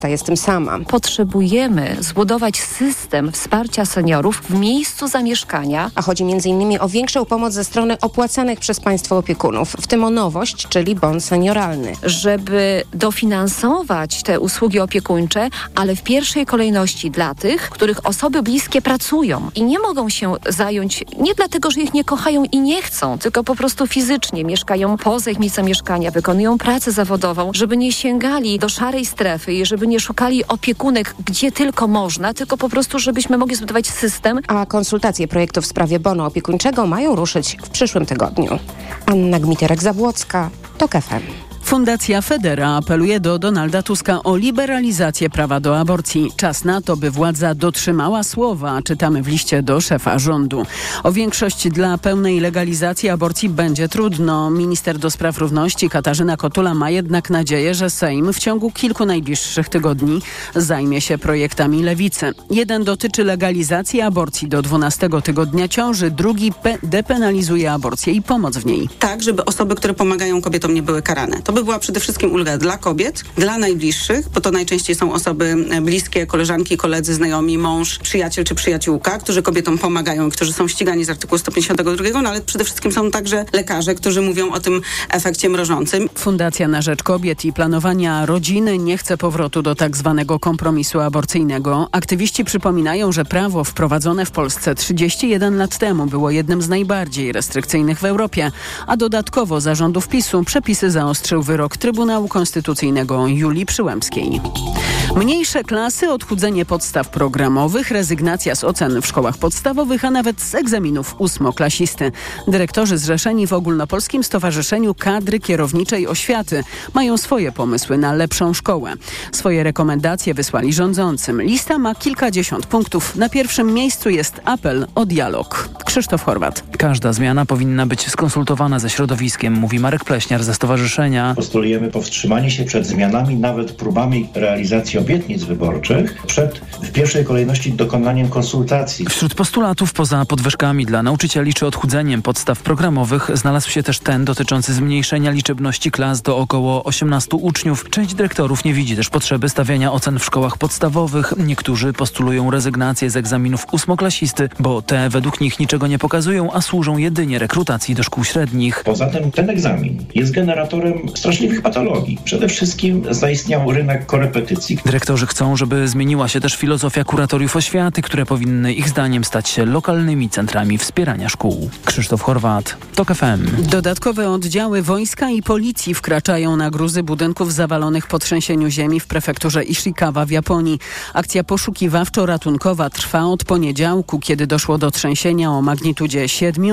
jestem sama. Potrzebujemy zbudować system wsparcia seniorów w miejscu zamieszkania. A chodzi m.in. o większą pomoc ze strony opłacanych przez państwo opiekunów, w tym o nowość, czyli bon senioralny. Żeby dofinansować te usługi opiekuńcze, ale w pierwszej kolejności dla tych, których osoby bliskie pracują i nie mogą się zająć nie dlatego, że ich nie kochają i nie chcą, tylko po prostu fizycznie mieszkają poza ich miejscem mieszkania, wykonują pracę zawodową, żeby nie sięgali do szarej strefy i żeby nie szukali opiekunek gdzie tylko można, tylko po prostu, żebyśmy mogli zbudować system. A konsultacje projektu w sprawie bonu opiekuńczego mają ruszyć w przyszłym tygodniu. Anna Gmiterek-Zabłocka, TOK FM. Fundacja Federa apeluje do Donalda Tuska o liberalizację prawa do aborcji. Czas na to, by władza dotrzymała słowa, czytamy w liście do szefa rządu. O większość dla pełnej legalizacji aborcji będzie trudno. Minister do spraw równości Katarzyna Kotula ma jednak nadzieję, że Sejm w ciągu kilku najbliższych tygodni zajmie się projektami Lewicy. Jeden dotyczy legalizacji aborcji do 12 tygodnia ciąży, drugi depenalizuje aborcję i pomoc w niej. Tak, żeby osoby, które pomagają kobietom, nie były karane. To by była przede wszystkim ulga dla kobiet, dla najbliższych, bo to najczęściej są osoby bliskie, koleżanki, koledzy, znajomi, mąż, przyjaciel czy przyjaciółka, którzy kobietom pomagają i którzy są ścigani z artykułu 152, no ale przede wszystkim są także lekarze, którzy mówią o tym efekcie mrożącym. Fundacja na rzecz kobiet i planowania rodziny nie chce powrotu do tak zwanego kompromisu aborcyjnego. Aktywiści przypominają, że prawo wprowadzone w Polsce 31 lat temu było jednym z najbardziej restrykcyjnych w Europie, a dodatkowo za rządów PiS-u przepisy zaostrzył wyrok Trybunału Konstytucyjnego Julii Przyłębskiej. Mniejsze klasy, odchudzenie podstaw programowych, rezygnacja z ocen w szkołach podstawowych, a nawet z egzaminów ósmoklasisty. Dyrektorzy zrzeszeni w Ogólnopolskim Stowarzyszeniu Kadry Kierowniczej Oświaty mają swoje pomysły na lepszą szkołę. Swoje rekomendacje wysłali rządzącym. Lista ma kilkadziesiąt punktów. Na pierwszym miejscu jest apel o dialog. Krzysztof Horwat. Każda zmiana powinna być skonsultowana ze środowiskiem, mówi Marek Pleśniar ze stowarzyszenia. Postulujemy powstrzymanie się przed zmianami, nawet próbami realizacji obietnic wyborczych, w pierwszej kolejności dokonaniem konsultacji. Wśród postulatów poza podwyżkami dla nauczycieli czy odchudzeniem podstaw programowych znalazł się też ten dotyczący zmniejszenia liczebności klas do około 18 uczniów. Część dyrektorów nie widzi też potrzeby stawiania ocen w szkołach podstawowych. Niektórzy postulują rezygnację z egzaminów ósmoklasisty, bo te według nich niczego nie pokazują, a służą jedynie rekrutacji do szkół średnich. Poza tym ten egzamin jest generatorem straszliwych patologii. Przede wszystkim zaistniał rynek korepetycji. Dyrektorzy chcą, żeby zmieniła się też filozofia kuratoriów oświaty, które powinny ich zdaniem stać się lokalnymi centrami wspierania szkół. Krzysztof Horwat, TOK FM. Dodatkowe oddziały wojska i policji wkraczają na gruzy budynków zawalonych po trzęsieniu ziemi w prefekturze Ishikawa w Japonii. Akcja poszukiwawczo-ratunkowa trwa od poniedziałku, kiedy doszło do trzęsienia o magnitudzie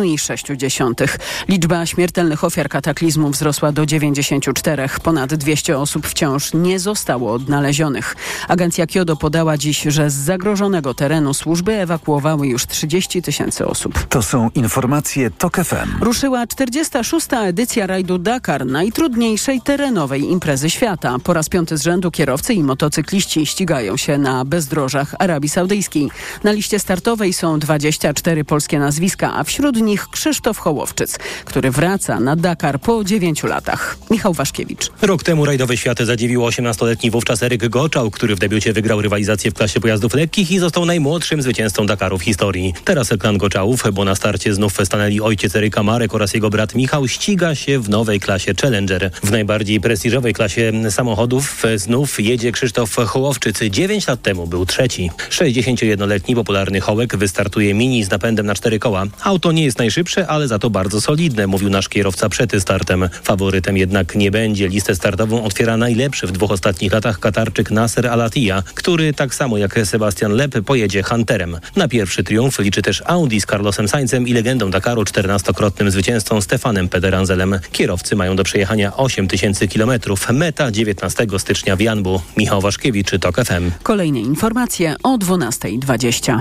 7,6. Liczba śmiertelnych ofiar kataklizmu wzrosła do 94. Ponad 200 osób wciąż nie zostało odnalezionych. Agencja Kyodo podała dziś, że z zagrożonego terenu służby ewakuowały już 30 000 osób. To są informacje TOK FM. Ruszyła 46. edycja rajdu Dakar, najtrudniejszej terenowej imprezy świata. Po raz 5 z rzędu kierowcy i motocykliści ścigają się na bezdrożach Arabii Saudyjskiej. Na liście startowej są 24 polskie nazwiska, a wśród nich Krzysztof Hołowczyc, który wraca na Dakar po 9 latach. Michał Waszkiewicz. Rok temu rajdowe światy zadziwił 18-letni wówczas Eryk Goczał, który w debiucie wygrał rywalizację w klasie pojazdów lekkich i został najmłodszym zwycięzcą Dakaru w historii. Teraz klan Goczałów, bo na starcie znów stanęli ojciec Eryka Marek oraz jego brat Michał, ściga się w nowej klasie Challenger. W najbardziej prestiżowej klasie samochodów znów jedzie Krzysztof Hołowczyc. 9 lat temu był trzeci. 61-letni popularny Hołek wystartuje mini z napędem na 4 koła. Auto nie jest najszybsze, ale za to bardzo solidne, mówił nasz kierowca przed startem. Faworytem jednak nie będzie. Listę startową otwiera najlepszy w 2 ostatnich latach Katarczyk Nasser Al-Attiyah, który tak samo jak Sebastian Loeb pojedzie Hunterem. Na pierwszy triumf liczy też Audi z Carlosem Sainzem i legendą Dakaru 14-krotnym zwycięzcą Stefanem Pederanzelem. Kierowcy mają do przejechania 8000 km. Meta 19 stycznia w Janbu. Michał Waszkiewicz, TOK FM. Kolejne informacje o 12:20.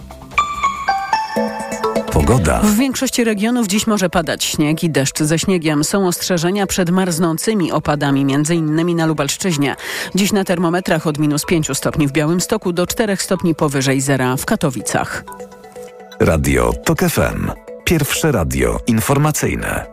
Pogoda. W większości regionów dziś może padać śnieg i deszcz ze śniegiem. Są ostrzeżenia przed marznącymi opadami, m.in. na Lubelszczyźnie. Dziś na termometrach od -5 stopni w Białymstoku do 4 stopni powyżej zera w Katowicach. Radio TOK FM. Pierwsze radio informacyjne.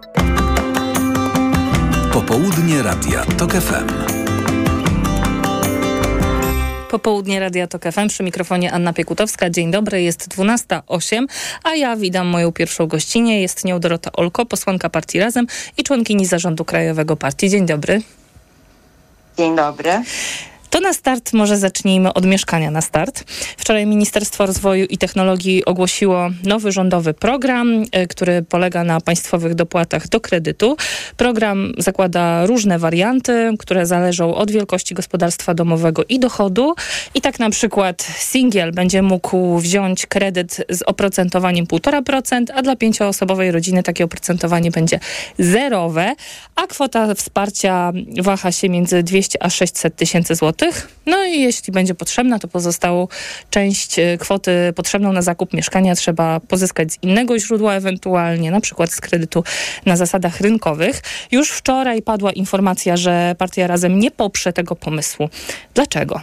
Popołudnie Radia TOK FM. Popołudnie Radia Tok FM, przy mikrofonie Anna Piekutowska. Dzień dobry, jest 12:08, a ja witam moją pierwszą gościnię. Jest nią Dorota Olko, posłanka partii Razem i członkini Zarządu Krajowego Partii. Dzień dobry. Dzień dobry. To na start może zacznijmy od mieszkania na start. Wczoraj Ministerstwo Rozwoju i Technologii ogłosiło nowy rządowy program, który polega na państwowych dopłatach do kredytu. Program zakłada różne warianty, które zależą od wielkości gospodarstwa domowego i dochodu. I tak na przykład singiel będzie mógł wziąć kredyt z oprocentowaniem 1,5%, a dla 5-osobowej rodziny takie oprocentowanie będzie zerowe, a kwota wsparcia waha się między 200 a 600 tysięcy złotych. No i jeśli będzie potrzebna, to pozostałą część kwoty potrzebną na zakup mieszkania trzeba pozyskać z innego źródła, ewentualnie na przykład z kredytu na zasadach rynkowych. Już wczoraj padła informacja, że Partia Razem nie poprze tego pomysłu. Dlaczego?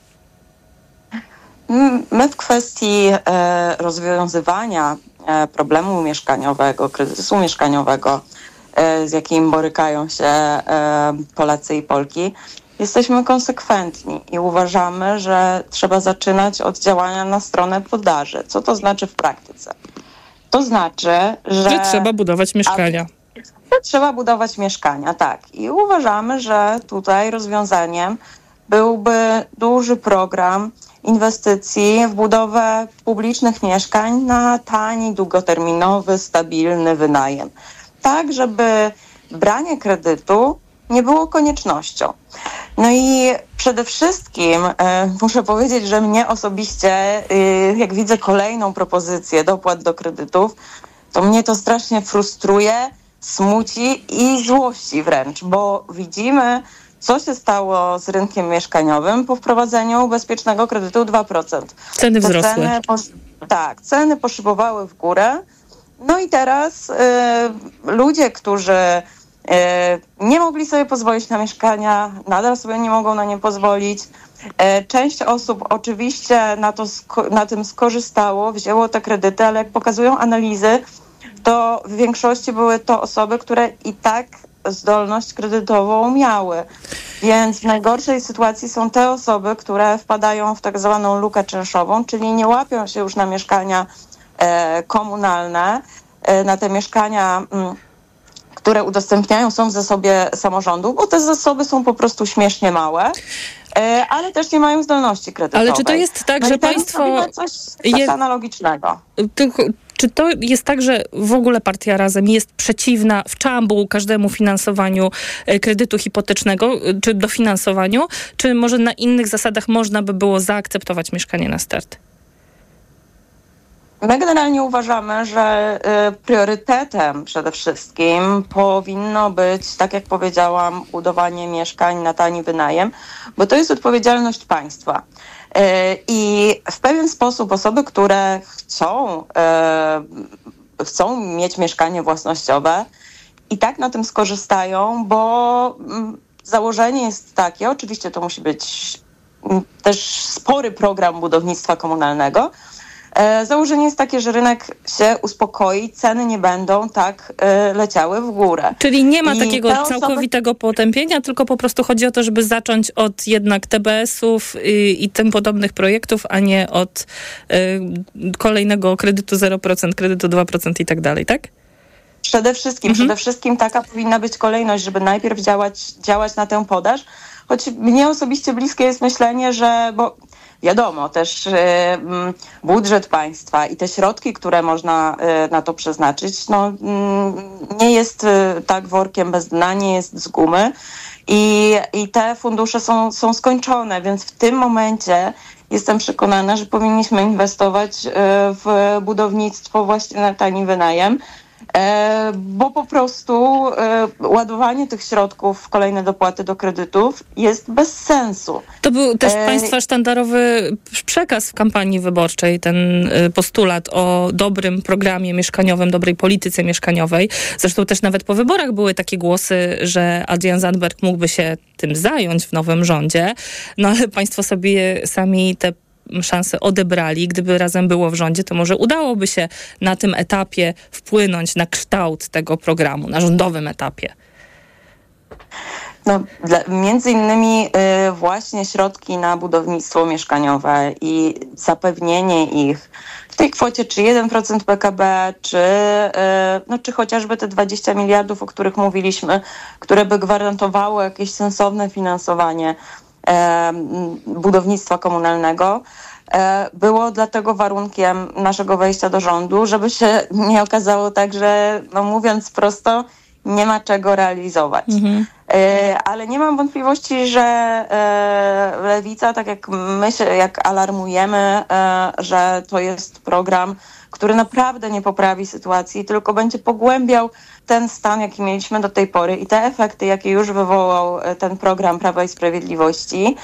My w kwestii rozwiązywania problemu mieszkaniowego, kryzysu mieszkaniowego, z jakim borykają się Polacy i Polki, jesteśmy konsekwentni i uważamy, że trzeba zaczynać od działania na stronę podaży. Co to znaczy w praktyce? To znaczy, że trzeba budować mieszkania. Trzeba budować mieszkania, tak. I uważamy, że tutaj rozwiązaniem byłby duży program inwestycji w budowę publicznych mieszkań na tani, długoterminowy, stabilny wynajem. Tak, żeby branie kredytu nie było koniecznością. No i przede wszystkim muszę powiedzieć, że mnie osobiście, jak widzę kolejną propozycję dopłat do kredytów, to mnie to strasznie frustruje, smuci i złości wręcz, bo widzimy, co się stało z rynkiem mieszkaniowym po wprowadzeniu bezpiecznego kredytu 2%. Ceny wzrosły. Ceny poszybowały w górę. No i teraz ludzie, którzy nie mogli sobie pozwolić na mieszkania, nadal sobie nie mogą na nie pozwolić. Część osób oczywiście na tym skorzystało, wzięło te kredyty, ale jak pokazują analizy, to w większości były to osoby, które i tak zdolność kredytową miały. Więc w najgorszej sytuacji są te osoby, które wpadają w tak zwaną lukę czynszową, czyli nie łapią się już na mieszkania komunalne, na te mieszkania, które udostępniają są w zasobie samorządu, bo te zasoby są po prostu śmiesznie małe, ale też nie mają zdolności kredytowej. Ale czy to jest tak, że państwo coś analogicznego? Czy to jest tak, że w ogóle Partia Razem jest przeciwna w czambu każdemu finansowaniu kredytu hipotecznego, czy dofinansowaniu, czy może na innych zasadach można by było zaakceptować mieszkanie na start? My generalnie uważamy, że priorytetem przede wszystkim powinno być, tak jak powiedziałam, budowanie mieszkań na tani wynajem, bo to jest odpowiedzialność państwa. I w pewien sposób osoby, które chcą mieć mieszkanie własnościowe, i tak na tym skorzystają, bo założenie jest takie, oczywiście to musi być też spory program budownictwa komunalnego. Założenie jest takie, że rynek się uspokoi, ceny nie będą tak leciały w górę. Czyli nie ma takiego całkowitego potępienia, tylko po prostu chodzi o to, żeby zacząć od jednak TBS-ów i tym podobnych projektów, a nie od kolejnego kredytu 0%, kredytu 2% i tak dalej, tak? Przede wszystkim taka powinna być kolejność, żeby najpierw działać na tę podaż. Choć mnie osobiście bliskie jest myślenie, że wiadomo, też budżet państwa i te środki, które można na to przeznaczyć, nie jest tak workiem bez dna, nie jest z gumy i te fundusze są skończone, więc w tym momencie jestem przekonana, że powinniśmy inwestować w budownictwo właśnie na tani wynajem, bo po prostu ładowanie tych środków w kolejne dopłaty do kredytów jest bez sensu. To był też państwa sztandarowy przekaz w kampanii wyborczej, ten postulat o dobrym programie mieszkaniowym, dobrej polityce mieszkaniowej. Zresztą też nawet po wyborach były takie głosy, że Adrian Zandberg mógłby się tym zająć w nowym rządzie, no ale państwo sobie sami te szansę odebrali. Gdyby Razem było w rządzie, to może udałoby się na tym etapie wpłynąć na kształt tego programu, na rządowym etapie. No, między innymi właśnie środki na budownictwo mieszkaniowe i zapewnienie ich w tej kwocie czy 1% PKB, czy chociażby te 20 miliardów, o których mówiliśmy, które by gwarantowały jakieś sensowne finansowanie budownictwa komunalnego, było dlatego warunkiem naszego wejścia do rządu, żeby się nie okazało tak, że mówiąc prosto, nie ma czego realizować. Ale nie mam wątpliwości, że Lewica, tak jak my jak alarmujemy, że to jest program, który naprawdę nie poprawi sytuacji, tylko będzie pogłębiał ten stan, jaki mieliśmy do tej pory i te efekty, jakie już wywołał ten program Prawa i Sprawiedliwości.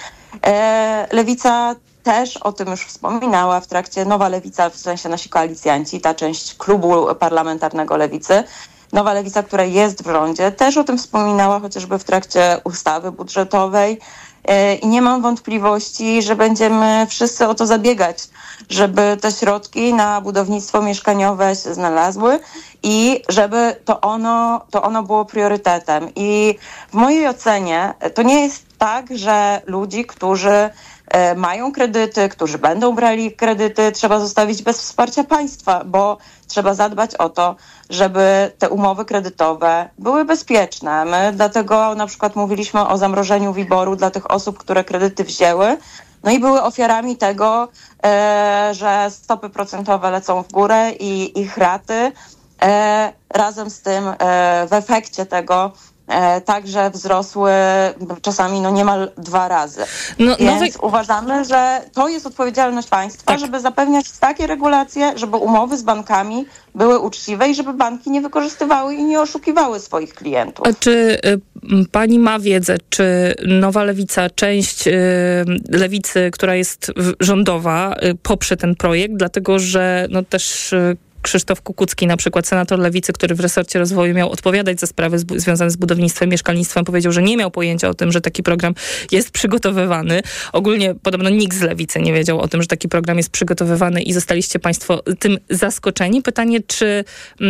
Lewica też o tym już wspominała w trakcie, Nowa Lewica, w sensie nasi koalicjanci, ta część klubu parlamentarnego Lewicy, Nowa Lewica, która jest w rządzie, też o tym wspominała chociażby w trakcie ustawy budżetowej i nie mam wątpliwości, że będziemy wszyscy o to zabiegać, żeby te środki na budownictwo mieszkaniowe się znalazły i żeby to ono było priorytetem. I w mojej ocenie to nie jest tak, że ludzi, którzy mają kredyty, którzy będą brali kredyty, trzeba zostawić bez wsparcia państwa, bo trzeba zadbać o to, żeby te umowy kredytowe były bezpieczne. My dlatego na przykład mówiliśmy o zamrożeniu WIBOR-u dla tych osób, które kredyty wzięły, no i były ofiarami tego, że stopy procentowe lecą w górę i ich raty razem z tym w efekcie tego także wzrosły czasami niemal 2 razy. Więc uważamy, że to jest odpowiedzialność państwa, żeby zapewniać takie regulacje, żeby umowy z bankami były uczciwe i żeby banki nie wykorzystywały i nie oszukiwały swoich klientów. A czy pani ma wiedzę, czy Nowa Lewica, część Lewicy, która jest rządowa, poprze ten projekt, dlatego że też Krzysztof Kukucki, na przykład senator Lewicy, który w resorcie rozwoju miał odpowiadać za sprawy związane z budownictwem, mieszkalnictwem, powiedział, że nie miał pojęcia o tym, że taki program jest przygotowywany. Ogólnie podobno nikt z Lewicy nie wiedział o tym, że taki program jest przygotowywany i zostaliście państwo tym zaskoczeni. Pytanie, czy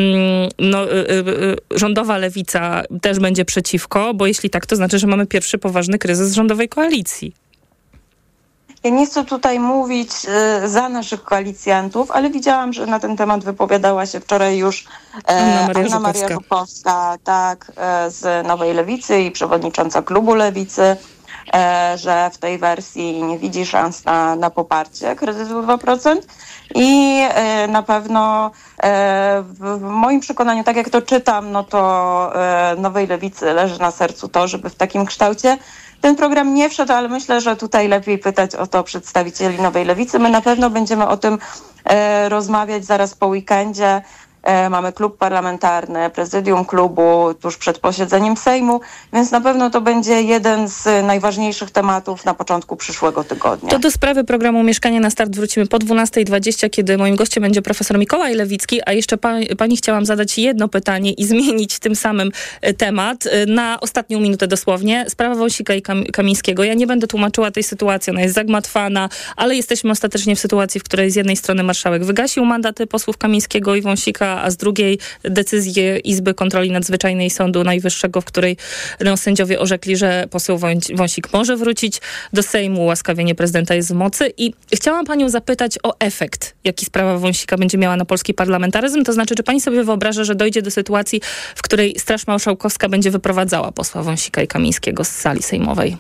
rządowa Lewica też będzie przeciwko, bo jeśli tak, to znaczy, że mamy pierwszy poważny kryzys rządowej koalicji. Ja nie chcę tutaj mówić za naszych koalicjantów, ale widziałam, że na ten temat wypowiadała się wczoraj już Anna Maria Żukowska, z Nowej Lewicy i przewodnicząca klubu Lewicy, że w tej wersji nie widzi szans na poparcie kredytu 2%. I na pewno w moim przekonaniu, tak jak to czytam, to Nowej Lewicy leży na sercu to, żeby w takim kształcie ten program nie wszedł, ale myślę, że tutaj lepiej pytać o to przedstawicieli Nowej Lewicy. My na pewno będziemy o tym rozmawiać zaraz po weekendzie. Mamy klub parlamentarny, prezydium klubu tuż przed posiedzeniem Sejmu, więc na pewno to będzie jeden z najważniejszych tematów na początku przyszłego tygodnia. To do sprawy programu Mieszkanie na start wrócimy po 12:20, kiedy moim gościem będzie profesor Mikołaj Lewicki, a jeszcze pani chciałam zadać jedno pytanie i zmienić tym samym temat na ostatnią minutę dosłownie. Sprawa Wąsika i Kamińskiego. Ja nie będę tłumaczyła tej sytuacji, ona jest zagmatwana, ale jesteśmy ostatecznie w sytuacji, w której z jednej strony marszałek wygasił mandaty posłów Kamińskiego i Wąsika, a z drugiej decyzję Izby Kontroli Nadzwyczajnej Sądu Najwyższego, w której sędziowie orzekli, że poseł Wąsik może wrócić do Sejmu, ułaskawienie prezydenta jest w mocy. I chciałam panią zapytać o efekt, jaki sprawa Wąsika będzie miała na polski parlamentaryzm. To znaczy, czy pani sobie wyobraża, że dojdzie do sytuacji, w której Straż Marszałkowska będzie wyprowadzała posła Wąsika i Kamińskiego z sali sejmowej?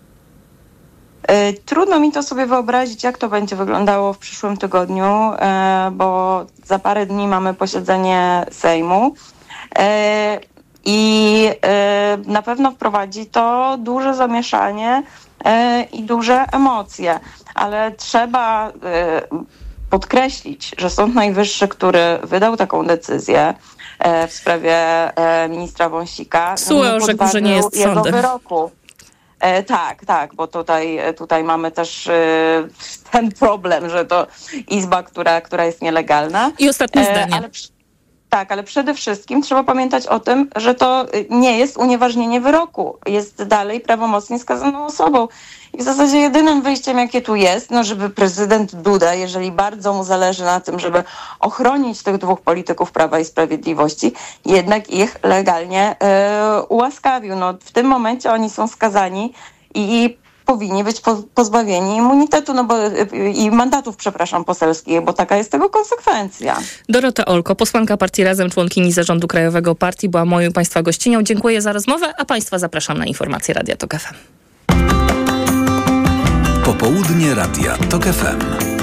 Trudno mi to sobie wyobrazić, jak to będzie wyglądało w przyszłym tygodniu, bo za parę dni mamy posiedzenie Sejmu i na pewno wprowadzi to duże zamieszanie i duże emocje, ale trzeba podkreślić, że Sąd Najwyższy, który wydał taką decyzję w sprawie ministra Wąsika, nie orzekł, że nie jest jego sądem. wyroku. Tak, bo tutaj mamy też ten problem, że to izba, która jest nielegalna. I ostatnie zdanie. Ale przede wszystkim trzeba pamiętać o tym, że to nie jest unieważnienie wyroku. Jest dalej prawomocnie skazaną osobą. I w zasadzie jedynym wyjściem, jakie tu jest, żeby prezydent Duda, jeżeli bardzo mu zależy na tym, żeby ochronić tych dwóch polityków Prawa i Sprawiedliwości, jednak ich legalnie ułaskawił. W tym momencie oni są skazani i powinni być pozbawieni immunitetu, i mandatów, poselskich, bo taka jest tego konsekwencja. Dorota Olko, posłanka partii Razem, członkini Zarządu Krajowego Partii, była moją Państwa gościnią. Dziękuję za rozmowę, a Państwa zapraszam na informacje Radia TOK FM. Popołudnie Radia TOK FM.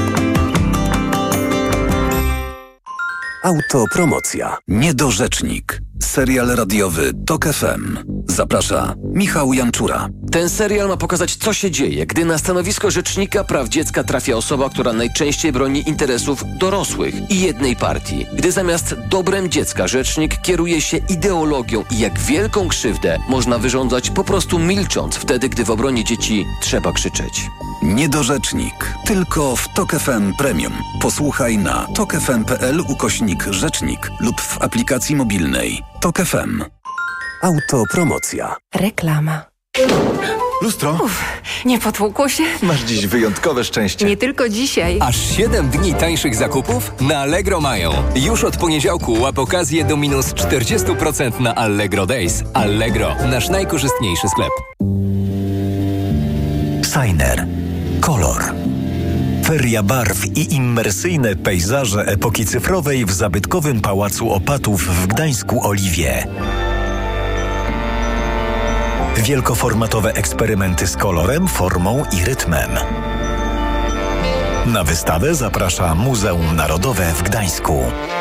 Autopromocja. Niedorzecznik. Serial radiowy TOK FM. Zaprasza Michał Janczura. Ten serial ma pokazać, co się dzieje, gdy na stanowisko rzecznika praw dziecka trafia osoba, która najczęściej broni interesów dorosłych i jednej partii. Gdy zamiast dobrem dziecka rzecznik kieruje się ideologią i jak wielką krzywdę można wyrządzać po prostu milcząc wtedy, gdy w obronie dzieci trzeba krzyczeć. Niedorzecznik. Tylko w TOK FM Premium. Posłuchaj na tokfm.pl/rzecznik lub w aplikacji mobilnej TOK FM. Autopromocja. Reklama. Lustro? Nie potłukło się? Masz dziś wyjątkowe szczęście. Nie tylko dzisiaj. Aż 7 dni tańszych zakupów na Allegro mają. Już od poniedziałku łap okazję do minus 40% na Allegro Days. Allegro, nasz najkorzystniejszy sklep. Signer. Kolor. Feria barw i immersyjne pejzaże epoki cyfrowej w zabytkowym Pałacu Opatów w Gdańsku Oliwie. Wielkoformatowe eksperymenty z kolorem, formą i rytmem. Na wystawę zaprasza Muzeum Narodowe w Gdańsku.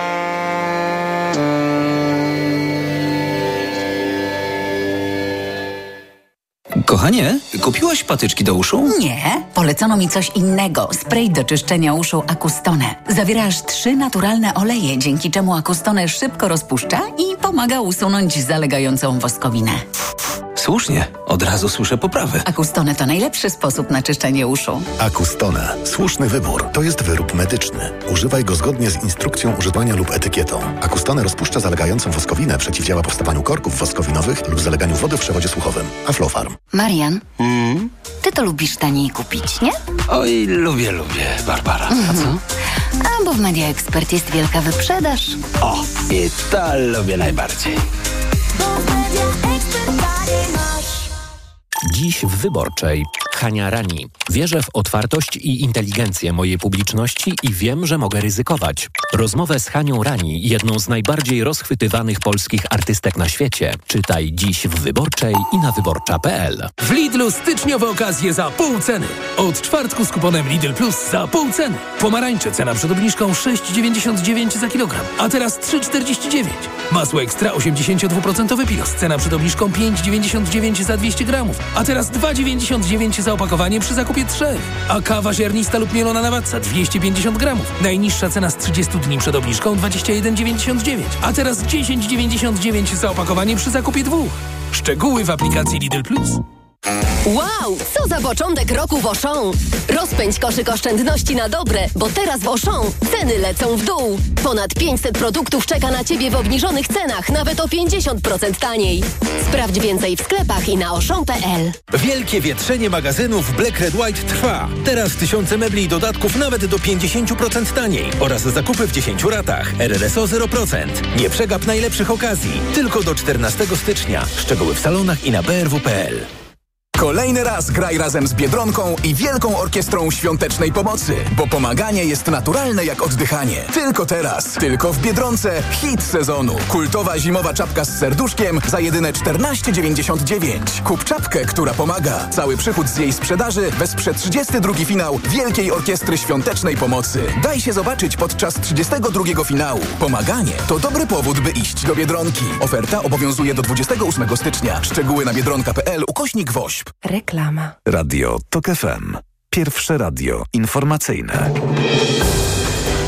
Kochanie, kupiłaś patyczki do uszu? Nie, polecono mi coś innego. Spray do czyszczenia uszu Acustone. Zawiera aż 3 naturalne oleje, dzięki czemu Acustone szybko rozpuszcza i pomaga usunąć zalegającą woskowinę. Słusznie, od razu słyszę poprawy. Acustone to najlepszy sposób na czyszczenie uszu. Acustone. Słuszny wybór. To jest wyrób medyczny. Używaj go zgodnie z instrukcją używania lub etykietą. Acustone rozpuszcza zalegającą woskowinę, przeciwdziała powstawaniu korków woskowinowych lub zaleganiu wody w przewodzie słuchowym. Aflofarm. Marian, ty to lubisz taniej kupić, nie? Oj, lubię, Barbara. A co? A bo w Media Expert jest wielka wyprzedaż. O, i to lubię najbardziej. Dziś w Wyborczej. Hania Rani. Wierzę w otwartość i inteligencję mojej publiczności i wiem, że mogę ryzykować. Rozmowę z Hanią Rani, jedną z najbardziej rozchwytywanych polskich artystek na świecie. Czytaj dziś w Wyborczej i na wyborcza.pl. W Lidlu styczniowe okazje za pół ceny. Od czwartku z kuponem Lidl Plus za pół ceny. Pomarańcze cena przed obniżką 6,99 za kilogram, a teraz 3,49. Masło ekstra 82% pilos. Cena przed obniżką 5,99 za 200 gramów, a teraz 2,99 za opakowanie przy zakupie 3. A kawa ziarnista lub mielona na watsa 250 gramów. Najniższa cena z 30 dni przed obniżką 21,99, a teraz 10,99 za opakowanie przy zakupie 2. Szczegóły w aplikacji Lidl Plus. Wow, co za początek roku w Auchan! Rozpędź koszyk oszczędności na dobre, bo teraz w Auchan ceny lecą w dół. Ponad 500 produktów czeka na Ciebie w obniżonych cenach, nawet o 50% taniej. Sprawdź więcej w sklepach i na auchan.pl. Wielkie wietrzenie magazynów Black Red White trwa. Teraz tysiące mebli i dodatków nawet do 50% taniej. Oraz zakupy w 10 ratach. RRSO 0%. Nie przegap najlepszych okazji. Tylko do 14 stycznia. Szczegóły w salonach i na brw.pl. Kolejny raz graj razem z Biedronką i Wielką Orkiestrą Świątecznej Pomocy, bo pomaganie jest naturalne jak oddychanie. Tylko teraz, tylko w Biedronce hit sezonu. Kultowa zimowa czapka z serduszkiem za jedyne 14,99. Kup czapkę, która pomaga. Cały przychód z jej sprzedaży wesprze 32. finał Wielkiej Orkiestry Świątecznej Pomocy. Daj się zobaczyć podczas 32. finału. Pomaganie to dobry powód, by iść do Biedronki. Oferta obowiązuje do 28 stycznia. Szczegóły na biedronka.pl/WOŚP. Reklama. Radio TOK FM. Pierwsze radio informacyjne.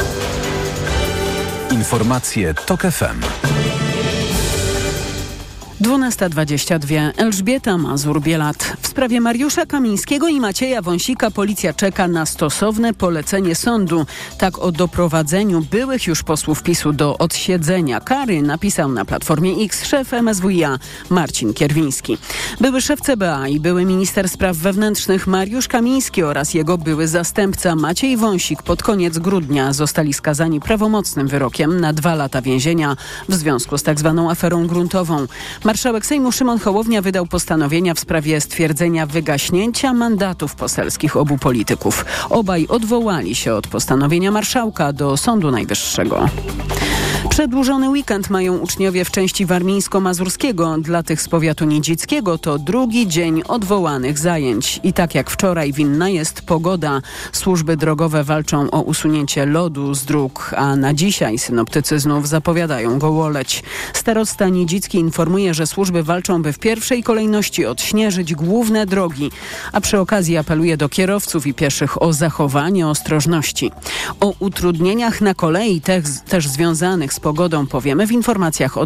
Informacje TOK FM. 12:22. Elżbieta Mazur-Bielat. W sprawie Mariusza Kamińskiego i Macieja Wąsika policja czeka na stosowne polecenie sądu. Tak o doprowadzeniu byłych już posłów PiS-u do odsiedzenia kary napisał na Platformie X szef MSWiA Marcin Kierwiński. Były szef CBA i były minister spraw wewnętrznych Mariusz Kamiński oraz jego były zastępca Maciej Wąsik pod koniec grudnia zostali skazani prawomocnym wyrokiem na 2 lata więzienia w związku z tzw. aferą gruntową. Marszałek Sejmu Szymon Hołownia wydał postanowienia w sprawie stwierdzenia wygaśnięcia mandatów poselskich obu polityków. Obaj odwołali się od postanowienia marszałka do Sądu Najwyższego. Przedłużony weekend mają uczniowie w części warmińsko-mazurskiego. Dla tych z powiatu nidzickiego to drugi dzień odwołanych zajęć. I tak jak wczoraj winna jest pogoda. Służby drogowe walczą o usunięcie lodu z dróg, a na dzisiaj synoptycy znów zapowiadają gołoleć. Starosta nidzicki informuje, że służby walczą, by w pierwszej kolejności odśnieżyć główne drogi, a przy okazji apeluje do kierowców i pieszych o zachowanie ostrożności. O utrudnieniach na kolei też związanych z pogodą powiemy w informacjach o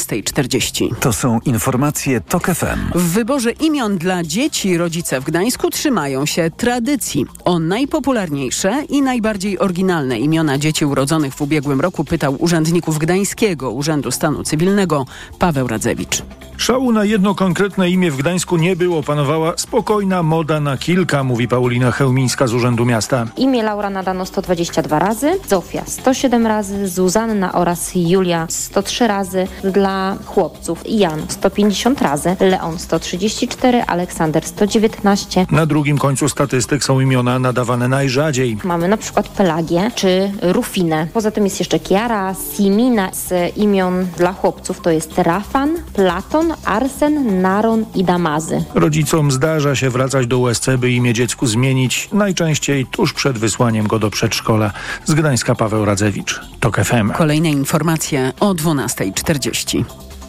12:40. To są informacje TOK FM. W wyborze imion dla dzieci rodzice w Gdańsku trzymają się tradycji. O najpopularniejsze i najbardziej oryginalne imiona dzieci urodzonych w ubiegłym roku pytał urzędników Gdańskiego Urzędu Stanu Cywilnego Paweł Radzewicz. Szału na jedno konkretne imię w Gdańsku nie było. Panowała spokojna moda na kilka, mówi Paulina Chełmińska z Urzędu Miasta. Imię Laura nadano 122 razy, Zofia 107 razy, Zuzanna oraz Julia 103 razy. Dla chłopców Jan 150 razy, Leon 134, Aleksander 119. Na drugim końcu statystyk są imiona nadawane najrzadziej. Mamy na przykład Pelagię czy Rufinę. Poza tym jest jeszcze Kiara, Simina. Z imion dla chłopców to jest Rafan, Platon, Arsen, Naron i Damazy. Rodzicom zdarza się wracać do USC, by imię dziecku zmienić, najczęściej tuż przed wysłaniem go do przedszkola. Z Gdańska Paweł Radzewicz, TOK FM. Kolejne informacje o 12:40.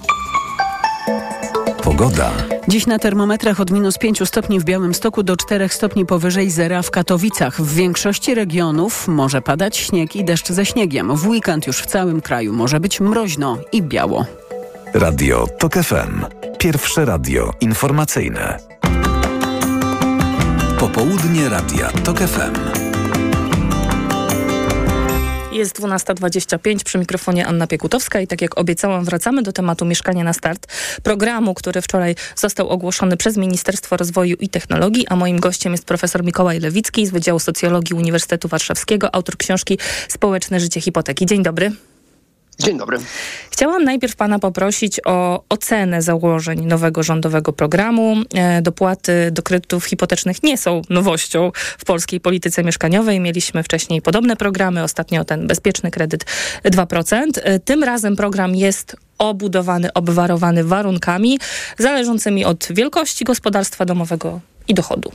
Pogoda. Dziś na termometrach od -5 stopni w Białymstoku do 4 stopni powyżej zera w Katowicach. W większości regionów może padać śnieg i deszcz ze śniegiem. W weekend już w całym kraju może być mroźno i biało. Radio TOK FM. Pierwsze radio informacyjne. Popołudnie Radia TOK FM. Jest 12:25, przy mikrofonie Anna Piekutowska i tak jak obiecałam, wracamy do tematu Mieszkania na start, programu, który wczoraj został ogłoszony przez Ministerstwo Rozwoju i Technologii, a moim gościem jest profesor Mikołaj Lewicki z Wydziału Socjologii Uniwersytetu Warszawskiego, autor książki Społeczne życie hipoteki. Dzień dobry. Dzień dobry. Chciałam najpierw pana poprosić o ocenę założeń nowego rządowego programu. Dopłaty do kredytów hipotecznych nie są nowością w polskiej polityce mieszkaniowej. Mieliśmy wcześniej podobne programy, ostatnio ten bezpieczny kredyt 2%. Tym razem program jest obudowany, obwarowany warunkami zależącymi od wielkości gospodarstwa domowego i dochodu.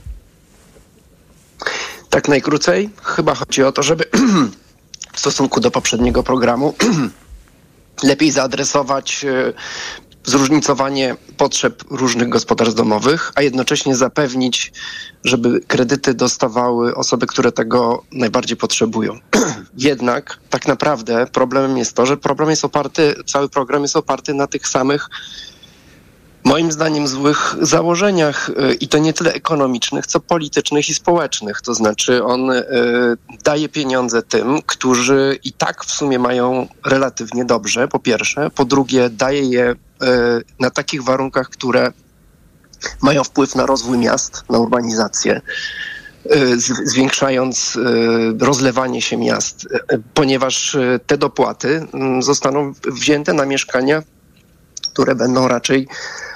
Tak najkrócej, chyba chodzi o to, żeby w stosunku do poprzedniego programu lepiej zaadresować zróżnicowanie potrzeb różnych gospodarstw domowych, a jednocześnie zapewnić, żeby kredyty dostawały osoby, które tego najbardziej potrzebują. Jednak tak naprawdę problemem jest to, że cały program jest oparty na tych samych, moim zdaniem, złych założeniach i to nie tyle ekonomicznych, co politycznych i społecznych. To znaczy on daje pieniądze tym, którzy i tak w sumie mają relatywnie dobrze, po pierwsze. Po drugie, daje je na takich warunkach, które mają wpływ na rozwój miast, na urbanizację, zwiększając rozlewanie się miast, ponieważ te dopłaty zostaną wzięte na mieszkania, które będą raczej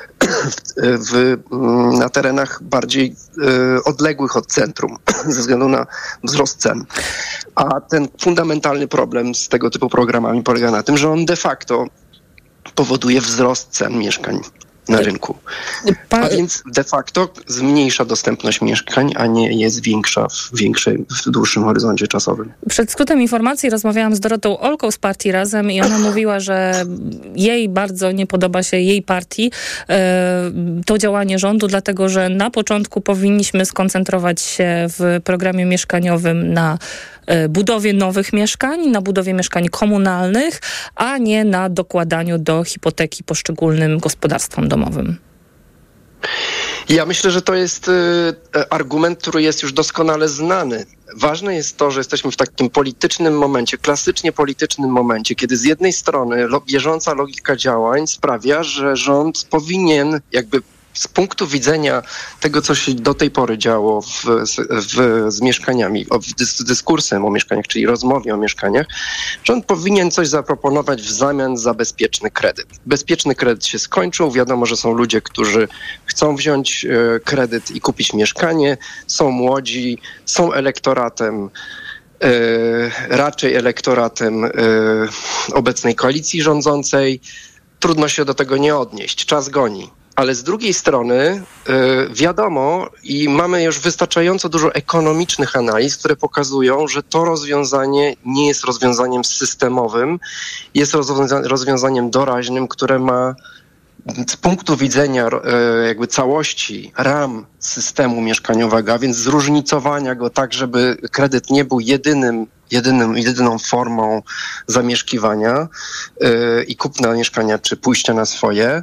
na terenach bardziej odległych od centrum ze względu na wzrost cen. A ten fundamentalny problem z tego typu programami polega na tym, że on de facto powoduje wzrost cen mieszkań. na rynku. A więc de facto zmniejsza dostępność mieszkań, a nie jest większa w dłuższym horyzoncie czasowym. Przed skrótem informacji rozmawiałam z Dorotą Olką z partii Razem i ona mówiła, że jej bardzo nie podoba się jej partii to działanie rządu, dlatego że na początku powinniśmy skoncentrować się w programie mieszkaniowym na budowie nowych mieszkań, na budowie mieszkań komunalnych, a nie na dokładaniu do hipoteki poszczególnym gospodarstwom domowym. Ja myślę, że to jest argument, który jest już doskonale znany. Ważne jest to, że jesteśmy w takim politycznym momencie, klasycznie politycznym momencie, kiedy z jednej strony bieżąca logika działań sprawia, że rząd powinien jakby z punktu widzenia tego, co się do tej pory działo z mieszkaniami, z dyskursem o mieszkaniach, czyli rozmowie o mieszkaniach, rząd powinien coś zaproponować w zamian za bezpieczny kredyt. Bezpieczny kredyt się skończył. Wiadomo, że są ludzie, którzy chcą wziąć kredyt i kupić mieszkanie, są młodzi, są elektoratem, raczej elektoratem obecnej koalicji rządzącej. Trudno się do tego nie odnieść. Czas goni. Ale z drugiej strony wiadomo i mamy już wystarczająco dużo ekonomicznych analiz, które pokazują, że to rozwiązanie nie jest rozwiązaniem systemowym, jest rozwiązaniem doraźnym, które ma z punktu widzenia jakby całości ram systemu mieszkaniowego, a więc zróżnicowania go tak, żeby kredyt nie był jedyną formą zamieszkiwania i kupna mieszkania czy pójścia na swoje,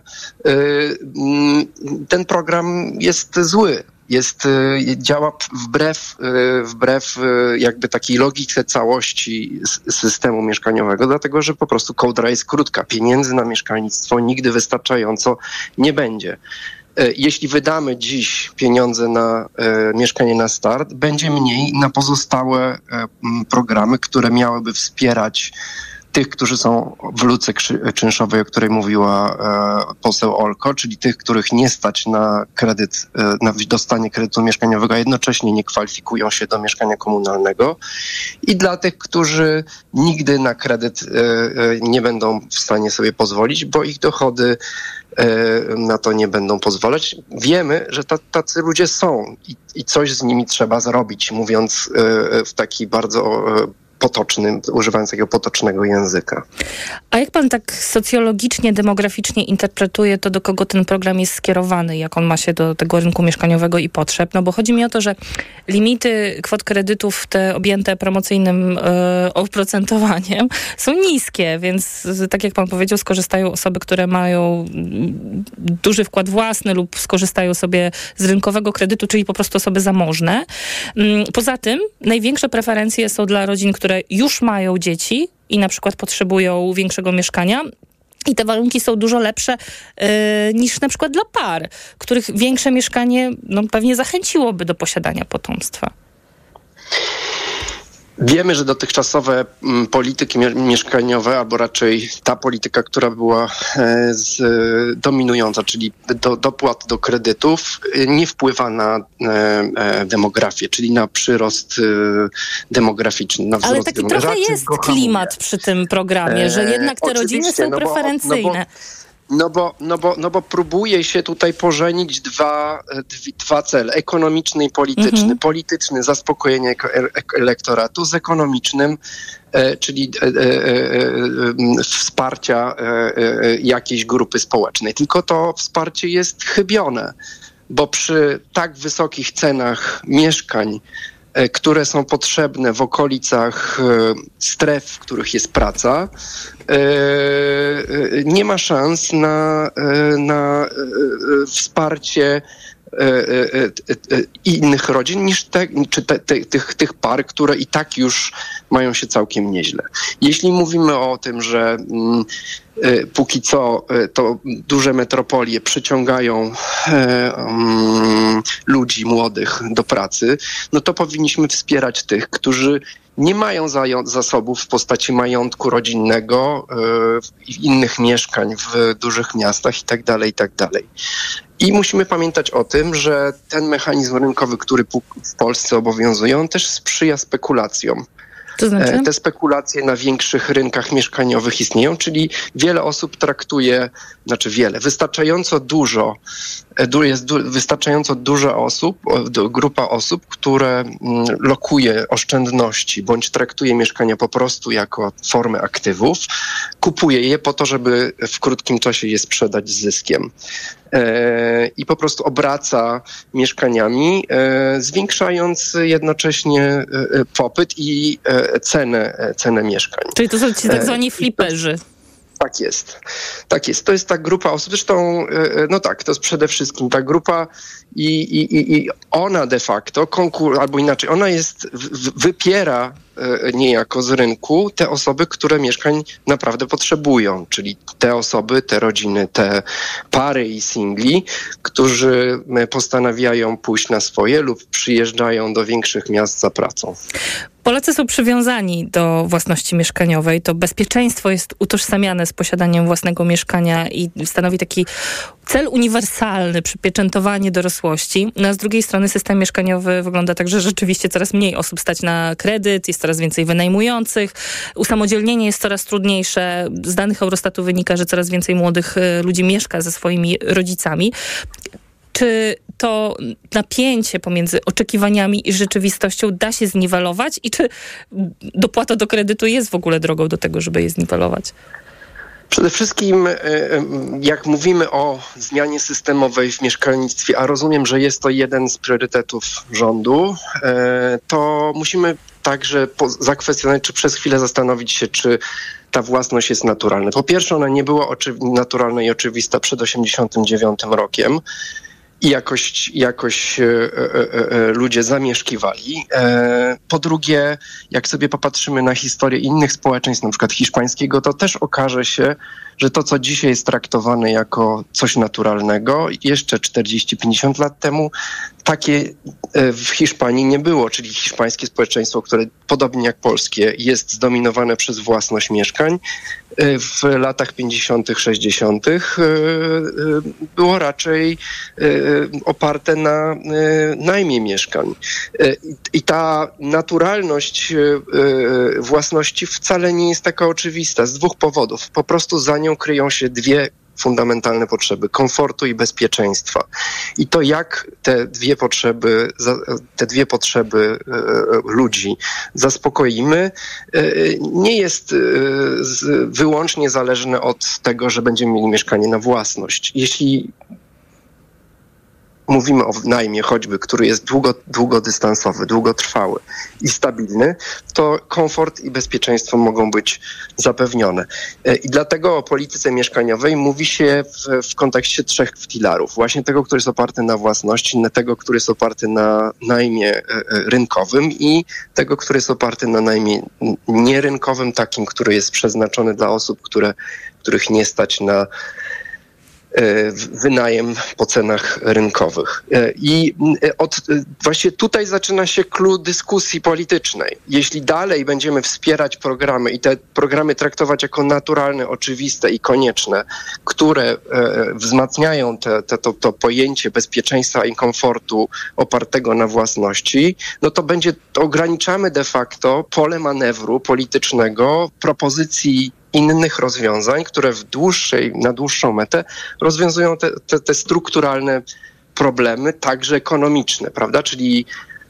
ten program jest zły. Działa wbrew jakby takiej logice całości systemu mieszkaniowego, dlatego że po prostu kołdra jest krótka. Pieniędzy na mieszkalnictwo nigdy wystarczająco nie będzie. Jeśli wydamy dziś pieniądze na mieszkanie na start, będzie mniej na pozostałe programy, które miałyby wspierać tych, którzy są w luce czynszowej, o której mówiła poseł Olko, czyli tych, których nie stać na kredyt, na dostanie kredytu mieszkaniowego, a jednocześnie nie kwalifikują się do mieszkania komunalnego, i dla tych, którzy nigdy na kredyt nie będą w stanie sobie pozwolić, bo ich dochody na to nie będą pozwalać. Wiemy, że tacy ludzie są i coś z nimi trzeba zrobić, mówiąc w taki bardzo potocznym, używając takiego potocznego języka. A jak pan tak socjologicznie, demograficznie interpretuje to, do kogo ten program jest skierowany, jak on ma się do tego rynku mieszkaniowego i potrzeb? No bo chodzi mi o to, że limity kwot kredytów te objęte promocyjnym oprocentowaniem są niskie, więc tak jak pan powiedział, skorzystają osoby, które mają duży wkład własny lub skorzystają sobie z rynkowego kredytu, czyli po prostu osoby zamożne. Poza tym największe preferencje są dla rodzin, które już mają dzieci i na przykład potrzebują większego mieszkania. I te warunki są dużo lepsze niż na przykład dla par, których większe mieszkanie pewnie zachęciłoby do posiadania potomstwa. Wiemy, że dotychczasowe polityki mieszkaniowe, albo raczej ta polityka, która była dominująca, czyli dopłat do kredytów, nie wpływa na demografię, czyli na przyrost demograficzny. Na ale taki trochę jest klimat przy tym programie, że jednak te rodziny są preferencyjne. No bo próbuje się tutaj pożenić dwa cele, ekonomiczny i polityczny. Mhm. Polityczny, zaspokojenie elektoratu, z ekonomicznym, czyli wsparcia jakiejś grupy społecznej. Tylko to wsparcie jest chybione, bo przy tak wysokich cenach mieszkań, które są potrzebne w okolicach stref, w których jest praca, nie ma szans na wsparcie innych rodzin niż tych par, które i tak już mają się całkiem nieźle. Jeśli mówimy o tym, że póki co to duże metropolie przyciągają ludzi młodych do pracy, no to powinniśmy wspierać tych, którzy nie mają zasobów w postaci majątku rodzinnego, innych mieszkań w dużych miastach itd. I musimy pamiętać o tym, że ten mechanizm rynkowy, który w Polsce obowiązuje, on też sprzyja spekulacjom. To znaczy? Te spekulacje na większych rynkach mieszkaniowych istnieją, czyli wiele osób traktuje, wystarczająco duża grupa osób, które lokuje oszczędności bądź traktuje mieszkania po prostu jako formę aktywów, kupuje je po to, żeby w krótkim czasie je sprzedać z zyskiem. I po prostu obraca mieszkaniami, zwiększając jednocześnie popyt i cenę mieszkań. Czyli to są ci tak zwani fliperzy. Tak jest. To jest ta grupa osób. Zresztą, to jest przede wszystkim ta grupa i ona de facto, albo inaczej, ona wypiera niejako z rynku te osoby, które mieszkań naprawdę potrzebują, czyli te osoby, te rodziny, te pary i singli, którzy postanawiają pójść na swoje lub przyjeżdżają do większych miast za pracą. Polacy są przywiązani do własności mieszkaniowej. To bezpieczeństwo jest utożsamiane z posiadaniem własnego mieszkania i stanowi taki cel uniwersalny, przypieczętowanie dorosłości. No a z drugiej strony system mieszkaniowy wygląda tak, że rzeczywiście coraz mniej osób stać na kredyt, jest coraz więcej wynajmujących. Usamodzielnienie jest coraz trudniejsze. Z danych Eurostatu wynika, że coraz więcej młodych ludzi mieszka ze swoimi rodzicami. Czy to napięcie pomiędzy oczekiwaniami i rzeczywistością da się zniwelować i czy dopłata do kredytu jest w ogóle drogą do tego, żeby je zniwelować? Przede wszystkim, jak mówimy o zmianie systemowej w mieszkalnictwie, a rozumiem, że jest to jeden z priorytetów rządu, to musimy także zakwestionować, czy przez chwilę zastanowić się, czy ta własność jest naturalna. Po pierwsze, ona nie była naturalna i oczywista przed 1989 rokiem. I jakoś ludzie zamieszkiwali. Po drugie, jak sobie popatrzymy na historię innych społeczeństw, na przykład hiszpańskiego, to też okaże się, że to, co dzisiaj jest traktowane jako coś naturalnego, jeszcze 40-50 lat temu, takie w Hiszpanii nie było, czyli hiszpańskie społeczeństwo, które podobnie jak polskie jest zdominowane przez własność mieszkań, w latach 50., 60. było raczej oparte na najmie mieszkań. I ta naturalność własności wcale nie jest taka oczywista z dwóch powodów. Po prostu za nią kryją się dwie fundamentalne potrzeby: komfortu i bezpieczeństwa. I to, jak te dwie potrzeby ludzi zaspokoimy, nie jest wyłącznie zależne od tego, że będziemy mieli mieszkanie na własność. Jeśli mówimy o najmie choćby, który jest długodystansowy, długotrwały i stabilny, to komfort i bezpieczeństwo mogą być zapewnione. I dlatego o polityce mieszkaniowej mówi się w kontekście trzech filarów. Właśnie tego, który jest oparty na własności, tego, który jest oparty na najmie rynkowym i tego, który jest oparty na najmie nierynkowym, takim, który jest przeznaczony dla osób, których nie stać na wynajem po cenach rynkowych. I właśnie tutaj zaczyna się clou dyskusji politycznej. Jeśli dalej będziemy wspierać programy i te programy traktować jako naturalne, oczywiste i konieczne, które wzmacniają to pojęcie bezpieczeństwa i komfortu opartego na własności, no to ograniczamy de facto pole manewru politycznego propozycji innych rozwiązań, które na dłuższą metę rozwiązują te strukturalne problemy, także ekonomiczne, prawda? Czyli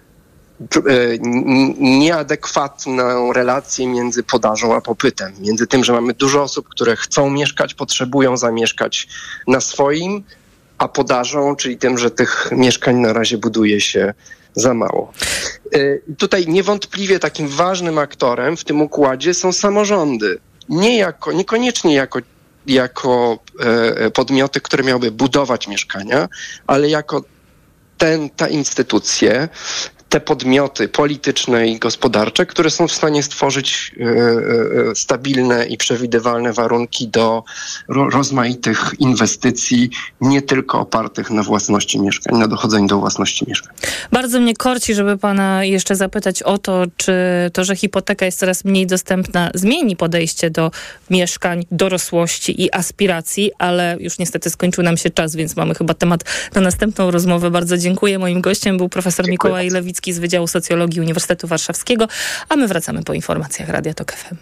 nieadekwatną relację między podażą a popytem. Między tym, że mamy dużo osób, które chcą mieszkać, potrzebują zamieszkać na swoim, a podażą, czyli tym, że tych mieszkań na razie buduje się za mało. Tutaj niewątpliwie takim ważnym aktorem w tym układzie są samorządy. Niekoniecznie jako podmioty, które miałyby budować mieszkania, ale jako te instytucje, te podmioty polityczne i gospodarcze, które są w stanie stworzyć stabilne i przewidywalne warunki do rozmaitych inwestycji, nie tylko opartych na własności mieszkań, na dochodzeniu do własności mieszkań. Bardzo mnie korci, żeby pana jeszcze zapytać o to, czy to, że hipoteka jest coraz mniej dostępna, zmieni podejście do mieszkań, dorosłości i aspiracji, ale już niestety skończył nam się czas, więc mamy chyba temat na następną rozmowę. Bardzo dziękuję. Moim gościem był profesor Mikołaj Lewicki, Kwiatkowski z Wydziału Socjologii Uniwersytetu Warszawskiego, a my wracamy po informacjach Radia Tok FM.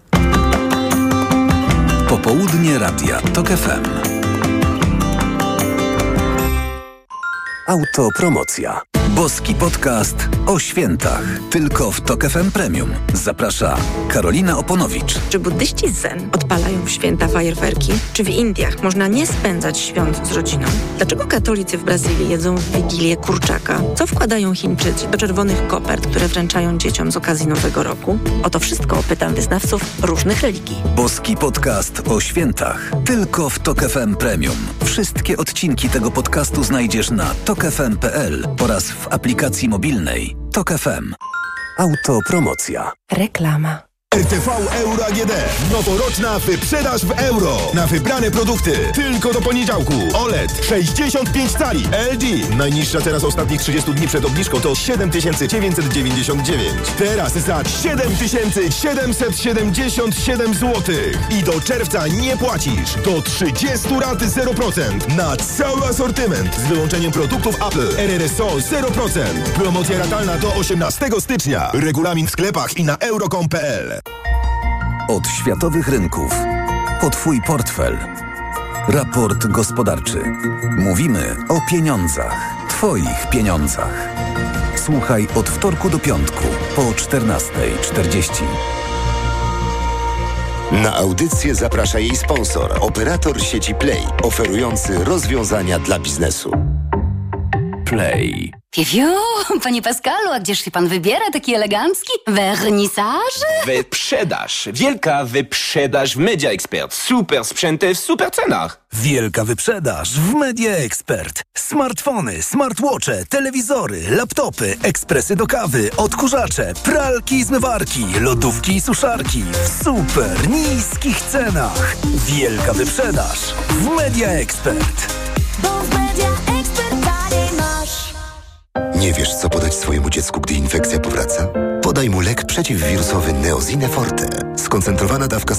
Popołudnie Radia Tok FM. Autopromocja. Boski podcast o świętach. Tylko w Tok FM Premium. Zaprasza Karolina Oponowicz. Czy buddyści zen odpalają w święta fajerwerki? Czy w Indiach można nie spędzać świąt z rodziną? Dlaczego katolicy w Brazylii jedzą w Wigilię kurczaka? Co wkładają Chińczycy do czerwonych kopert, które wręczają dzieciom z okazji Nowego Roku? O to wszystko pytam wyznawców różnych religii. Boski podcast o świętach. Tylko w Tok FM Premium. Wszystkie odcinki tego podcastu znajdziesz na tokfm.pl oraz w aplikacji mobilnej Tok FM. Autopromocja. Reklama. RTV Euro AGD. Noworoczna wyprzedaż w euro. Na wybrane produkty. Tylko do poniedziałku. OLED 65 cali. LG. Najniższa teraz ostatnich 30 dni przed obniżką to 7999. Teraz za 7777 zł. I do czerwca nie płacisz. Do 30 rat 0%. Na cały asortyment. Z wyłączeniem produktów Apple. RRSO 0%. Promocja ratalna do 18 stycznia. Regulamin w sklepach i na euro.com.pl. Od światowych rynków po Twój portfel. Raport gospodarczy. Mówimy o pieniądzach. Twoich pieniądzach. Słuchaj od wtorku do piątku po 14:40. Na audycję zaprasza jej sponsor, operator sieci Play, oferujący rozwiązania dla biznesu. Play. Piu, panie Pascalu, a gdzież się pan wybiera taki elegancki? Wernisaż? Wyprzedaż. Wielka wyprzedaż w Media Expert. Super sprzęty w super cenach. Wielka wyprzedaż w Media Expert. Smartfony, smartwatche, telewizory, laptopy, ekspresy do kawy, odkurzacze, pralki i zmywarki, lodówki i suszarki w super niskich cenach. Wielka wyprzedaż w Media Expert. Bo w Media Expert taniej masz. Nie wiesz, co podać swojemu dziecku, gdy infekcja powraca? Podaj mu lek przeciwwirusowy Neosine Forte. Skoncentrowana dawka